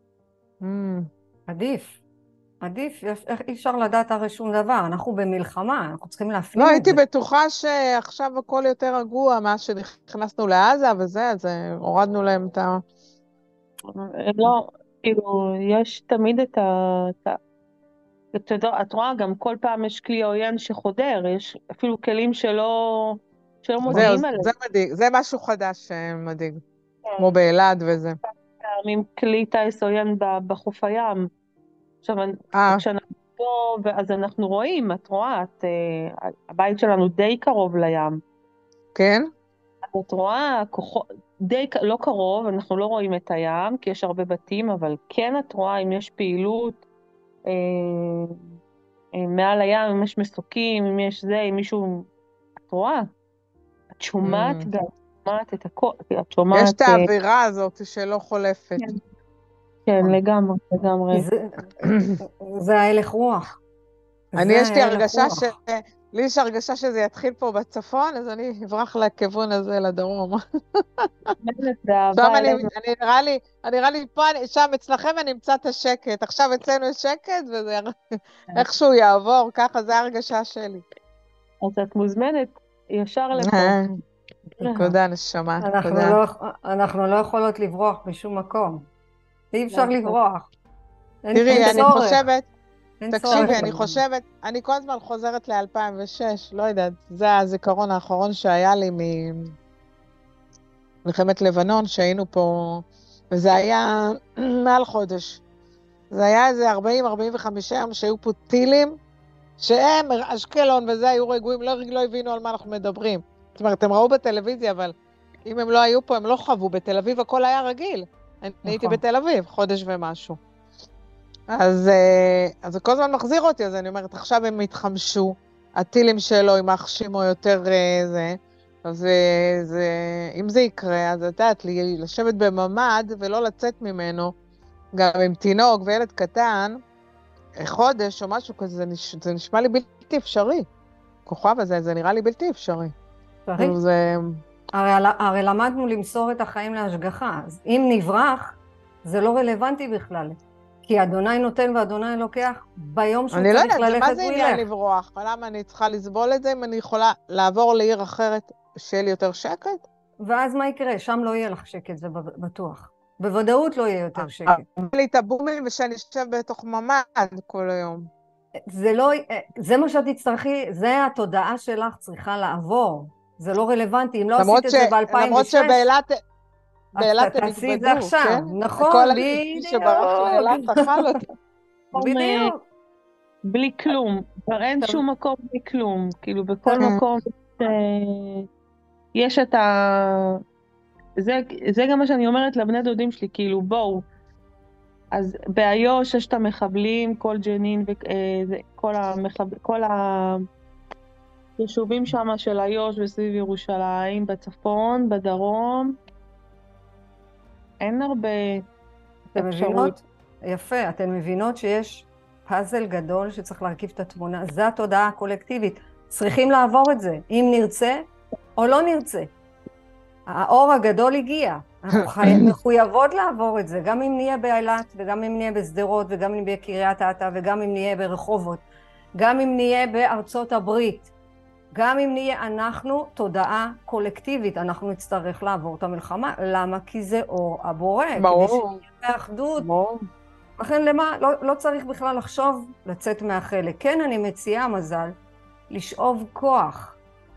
עדיף. איך אי אפשר לדעת הרי שום דבר, אנחנו במלחמה, אנחנו צריכים להפנים לא, את הייתי זה. בטוחה שעכשיו הכל יותר רגוע מאז שנכנסנו לעזה וזה, אז הורדנו להם את ה... לא, כאילו, יש תמיד את רואה, גם כל פעם יש כלי עוין שחודר, יש אפילו כלים שלא זהו, מודיעים עליהם. זה מדאיג, זה משהו חדש מדאיג, כמו באלעד וזה. עם כלי טיס עוין בחוף הים. עכשיו, כשאנחנו פה, אז אנחנו רואים, את רואה, הבית שלנו די קרוב לים. כן? את רואה, די לא קרוב, אנחנו לא רואים את הים, כי יש הרבה בתים, אבל כן את רואה אם יש פעילות מעל הים, אם יש מסוקים, אם יש זה, אם מישהו, את רואה, את שומעת גם, שומעת את הכל, את שומעת... יש את האווירה הזאת שלא חולפת. כן, לגמרי. זה ההלך רוח. יש לי יש הרגשה שזה יתחיל פה בצפון, אז אני אברח לכיוון הזה, לדרום. עכשיו נראה לי פה, שם אצלכם אני אמצא את השקט. עכשיו אצלנו יש שקט, וזה איכשהו יעבור, ככה, זה ההרגשה שלי. אז את מוזמנת ישר לפה. תודה, נשמה, תודה. אנחנו לא יכולות לברוח בשום מקום. אי אפשר לברוח. תראי, אני חושבת, תקשיבי, אני כל הזמן חוזרת ל-2006, לא יודעת, זה הזיכרון האחרון שהיה לי ממלחמת לבנון, שהיינו פה, וזה היה מעל חודש. זה היה איזה 40-45 יום שהיו פה טילים, שהם, אשקלון וזה, היו רגועים, לא הבינו על מה אנחנו מדברים. זאת אומרת, הם ראו בטלוויזיה, אבל אם הם לא היו פה, הם לא חוו. בתל אביב הכל היה רגיל. אני הייתי בתל אביב, חודש ומשהו. אז זה כל הזמן מחזיר אותי, אז אני אומרת, עכשיו הם התחמשו, הטילים שלו עם האחשימו יותר זה, אז אם זה יקרה, אז את יודעת, לשבת בממ"ד ולא לצאת ממנו, גם עם תינוק וילד קטן, חודש או משהו כזה, זה נשמע לי בלתי אפשרי. כוכב הזה, זה נראה לי בלתי אפשרי. הרי למדנו למסור את החיים להשגחה, אז אם נברח, זה לא רלוונטי בכלל. כי אדוני נותן ואדוני לוקח ביום שהוא צריך ללכת הוא ילך. אני לא יודעת, מה זה עניין לברוח? למה אני צריכה לסבול את זה אם אני יכולה לעבור לעיר אחרת שיהיה לי יותר שקט? ואז מה יקרה? שם לא יהיה לך שקט, זה בטוח. בוודאות לא יהיה יותר שקט. לי את הבומים ושאני אשב בתוך ממ"ד כל היום. זה מה שאת תצטרכי, זה התודעה שלך צריכה לעבור. זה לא רלוונטי, אם לא עשית את זה ב-2006. למרות באילת הם תעשי את זה עכשיו, נכון, כל מי שברח לאילת אכל אותה. בדיוק. בלי כלום, כבר אין שום מקום בלי כלום, כאילו בכל מקום יש את זה גם מה שאני אומרת לבני דודים שלי, כאילו בואו, אז באיו"ש יש את המחבלים, כל ג'נין, כל היישובים שם של איו"ש וסביב ירושלים, בצפון, בדרום, אין הרבה אתן אפשרות. מבינות? יפה, אתן מבינות שיש פאזל גדול שצריך להרכיב את התמונה. זה התודעה הקולקטיבית. צריכים לעבור את זה, אם נרצה או לא נרצה. האור הגדול הגיע. אנחנו מחויבות לעבור את זה, גם אם נהיה באילת, וגם אם נהיה בשדרות, וגם אם נהיה בקריית אתא, וגם אם נהיה ברחובות, גם אם נהיה בארצות הברית, גם אם נהיה אנחנו תודעה קולקטיבית, אנחנו נצטרך לעבור את המלחמה. למה? כי זה אור הבורא. ברור. כדי שנהיה באחדות. ברור. לכן למה? לא צריך בכלל לחשוב לצאת מהחלק. כן, אני מציעה, מזל, לשאוב כוח.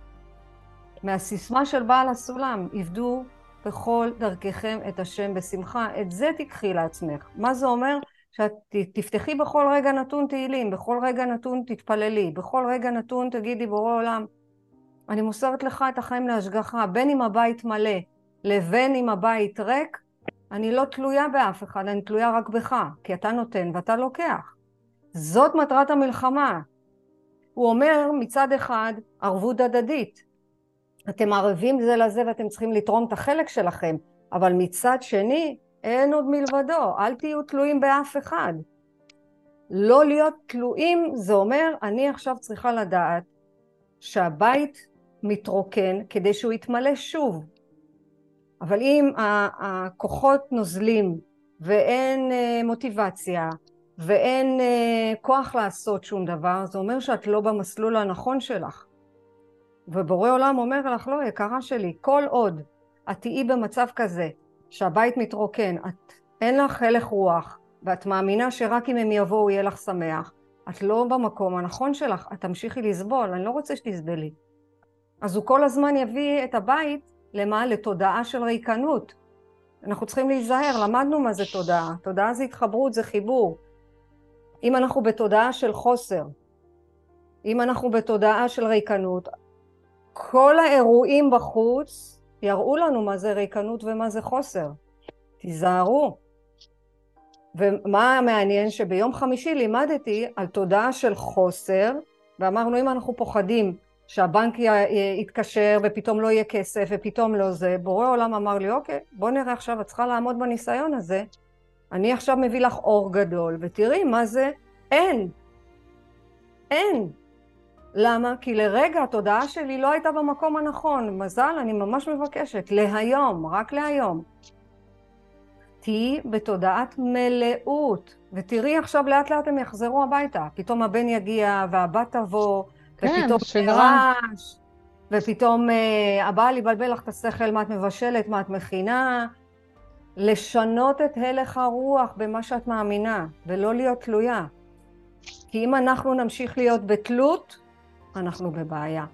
מהסיסמה של בעל הסולם, עבדו בכל דרככם את השם בשמחה. את זה תקחי לעצמך. מה זה אומר? שאת תפתחי בכל רגע נתון תהילים, בכל רגע נתון תתפללי, בכל רגע נתון תגידי בורא עולם, אני מוסרת לך את החיים להשגחה, בין אם הבית מלא לבין אם הבית ריק, אני לא תלויה באף אחד, אני תלויה רק בך, כי אתה נותן ואתה לוקח. זאת מטרת המלחמה. הוא אומר מצד אחד ערבות הדדית. אתם ערבים זה לזה ואתם צריכים לתרום את החלק שלכם, אבל מצד שני אין עוד מלבדו, אל תהיו תלויים באף אחד. לא להיות תלויים זה אומר אני עכשיו צריכה לדעת שהבית מתרוקן כדי שהוא יתמלא שוב. אבל אם הכוחות נוזלים ואין מוטיבציה ואין כוח לעשות שום דבר, זה אומר שאת לא במסלול הנכון שלך. ובורא עולם אומר לך, לא, יקרה שלי, כל עוד את תהיי במצב כזה שהבית מתרוקן, אין לך הלך רוח, ואת מאמינה שרק אם הם יבואו יהיה לך שמח, את לא במקום הנכון שלך, את תמשיכי לסבול, אני לא רוצה שתסבלי. אז הוא כל הזמן יביא את הבית למה? לתודעה של ריקנות. אנחנו צריכים להיזהר, למדנו מה זה תודעה. תודעה זה התחברות, זה חיבור. אם אנחנו בתודעה של חוסר, אם אנחנו בתודעה של ריקנות, כל האירועים בחוץ יראו לנו מה זה ריקנות ומה זה חוסר. תיזהרו. ומה המעניין? שביום חמישי לימדתי על תודעה של חוסר, ואמרנו אם אנחנו פוחדים שהבנק יתקשר ופתאום לא יהיה כסף ופתאום לא זה, בורא עולם אמר לי, אוקיי, בוא נראה עכשיו, את צריכה לעמוד בניסיון הזה, אני עכשיו מביא לך אור גדול, ותראי מה זה אין. אין. למה? כי לרגע התודעה שלי לא הייתה במקום הנכון. מזל, אני ממש מבקשת, להיום, רק להיום. תהי בתודעת מלאות, ותראי עכשיו לאט לאט הם יחזרו הביתה. פתאום הבן יגיע והבת תבוא, ופתאום רעש, ופתאום הבעל יבלבל לך את השכל מה את מבשלת, מה את מכינה. לשנות את הלך הרוח במה שאת מאמינה, ולא להיות תלויה. כי אם אנחנו נמשיך להיות בתלות, אנחנו בבעיה.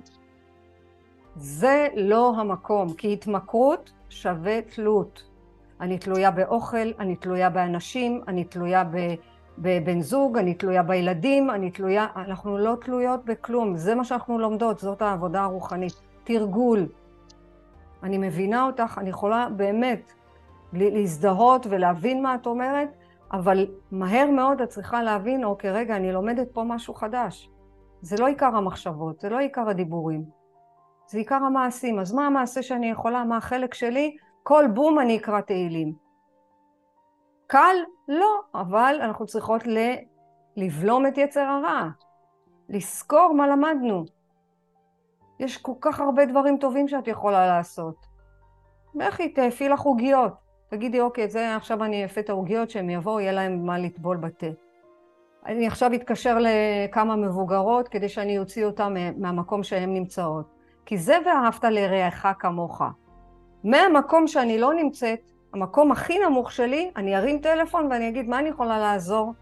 זה לא המקום, כי התמכרות שווה תלות. אני תלויה באוכל, אני תלויה באנשים, אני תלויה בבן זוג, אני תלויה בילדים, אנחנו לא תלויות בכלום. זה מה שאנחנו לומדות, זאת העבודה הרוחנית. תרגול. אני מבינה אותך, אני יכולה באמת להזדהות ולהבין מה את אומרת, אבל מהר מאוד את צריכה להבין, אוקיי, רגע, אני לומדת פה משהו חדש. זה לא עיקר המחשבות, זה לא עיקר הדיבורים. זה עיקר המעשים. אז מה המעשה שאני יכולה, מה החלק שלי? כל בום אני אקרא תהילים. קל? לא, אבל אנחנו צריכות לבלום את יצר הרע. לזכור מה למדנו. יש כל כך הרבה דברים טובים שאת יכולה לעשות. לכי תאפי לך עוגיות. תגידי, אוקיי, זה עכשיו אני אפה את העוגיות שהם יבואו, יהיה להם מה לטבול בתה. אני עכשיו אתקשר לכמה מבוגרות כדי שאני אוציא אותם מהמקום שהן נמצאות. כי זה ואהבת לרעך כמוך. מהמקום שאני לא נמצאת, המקום הכי נמוך שלי, אני ארים טלפון ואני אגיד, מה אני יכולה לעזור?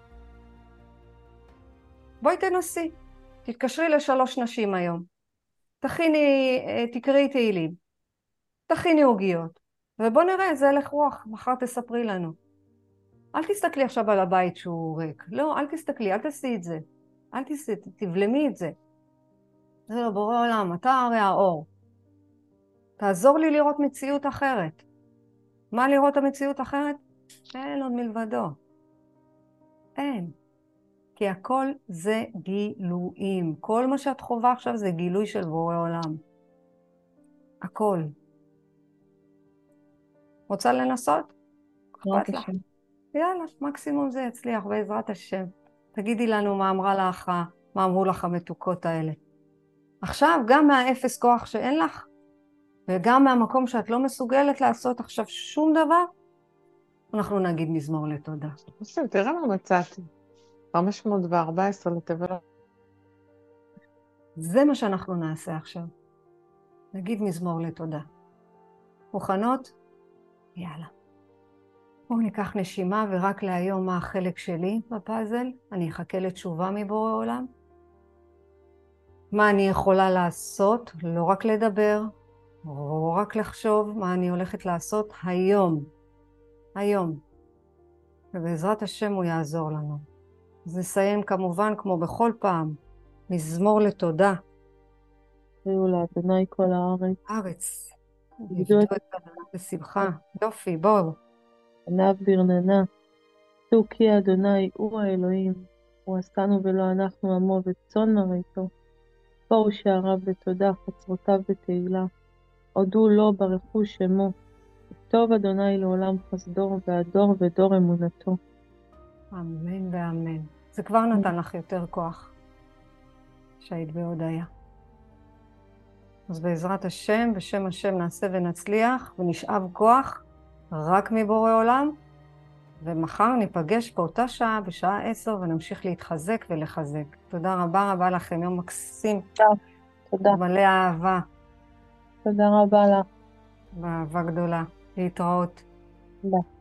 בואי תנסי. תתקשרי ל3 נשים היום. תקראי תהילים. תכיני עוגיות. ובוא נראה, זה הלך רוח, מחר תספרי לנו. אל תסתכלי עכשיו על הבית שהוא ריק. לא, אל תסתכלי, אל תעשי את זה. תבלמי את זה. זה לא בורא עולם, אתה הרי האור. תעזור לי לראות מציאות אחרת. מה לראות המציאות אחרת? אין עוד מלבדו. אין. כי הכל זה גילויים. כל מה שאת חובה עכשיו זה גילוי של בורא עולם. הכל. רוצה לנסות? אכפת לך? יאללה, מקסימום זה יצליח בעזרת השם. תגידי לנו מה אמרה לך, מה אמרו לך המתוקות האלה. עכשיו, גם מהאפס כוח שאין לך, וגם מהמקום שאת לא מסוגלת לעשות עכשיו שום דבר, אנחנו נגיד מזמור לתודה. תראה מה מצאתי. 514 לתבל. זה מה שאנחנו נעשה עכשיו. נגיד מזמור לתודה. מוכנות? יאללה. בואו ניקח נשימה, ורק להיום מה החלק שלי בפאזל. אני אחכה לתשובה מבורא עולם. מה אני יכולה לעשות? לא רק לדבר, לא רק לחשוב מה אני הולכת לעשות היום. היום. ובעזרת השם הוא יעזור לנו. אז נסיים כמובן כמו בכל פעם. מזמור לתודה. הביאו לאדוני כל הארץ. ארץ. עבדו עבדו את אדוני בשמחה. יופי, בואו. עניו ברננה. שאו כי אדוני הוא האלוהים. הוא עשנו ולא אנחנו עמו וצאן מרעיתו. בואו שעריו בתודה, חצרותיו בתהילה. הודו לו ברכו שמו. טוב אדוני לעולם חסדו, והדור ודור אמונתו. אמן ואמן. זה כבר נתן לך יותר כוח שהיית בהודיה. אז בעזרת השם, בשם השם נעשה ונצליח, ונשאב כוח רק מבורא עולם, ומחר ניפגש באותה שעה, בשעה 10, ונמשיך להתחזק ולחזק. תודה רבה רבה לכם, יום מקסים. תודה. מלא אהבה. תודה רבה לך. באהבה גדולה. להתראות. תודה.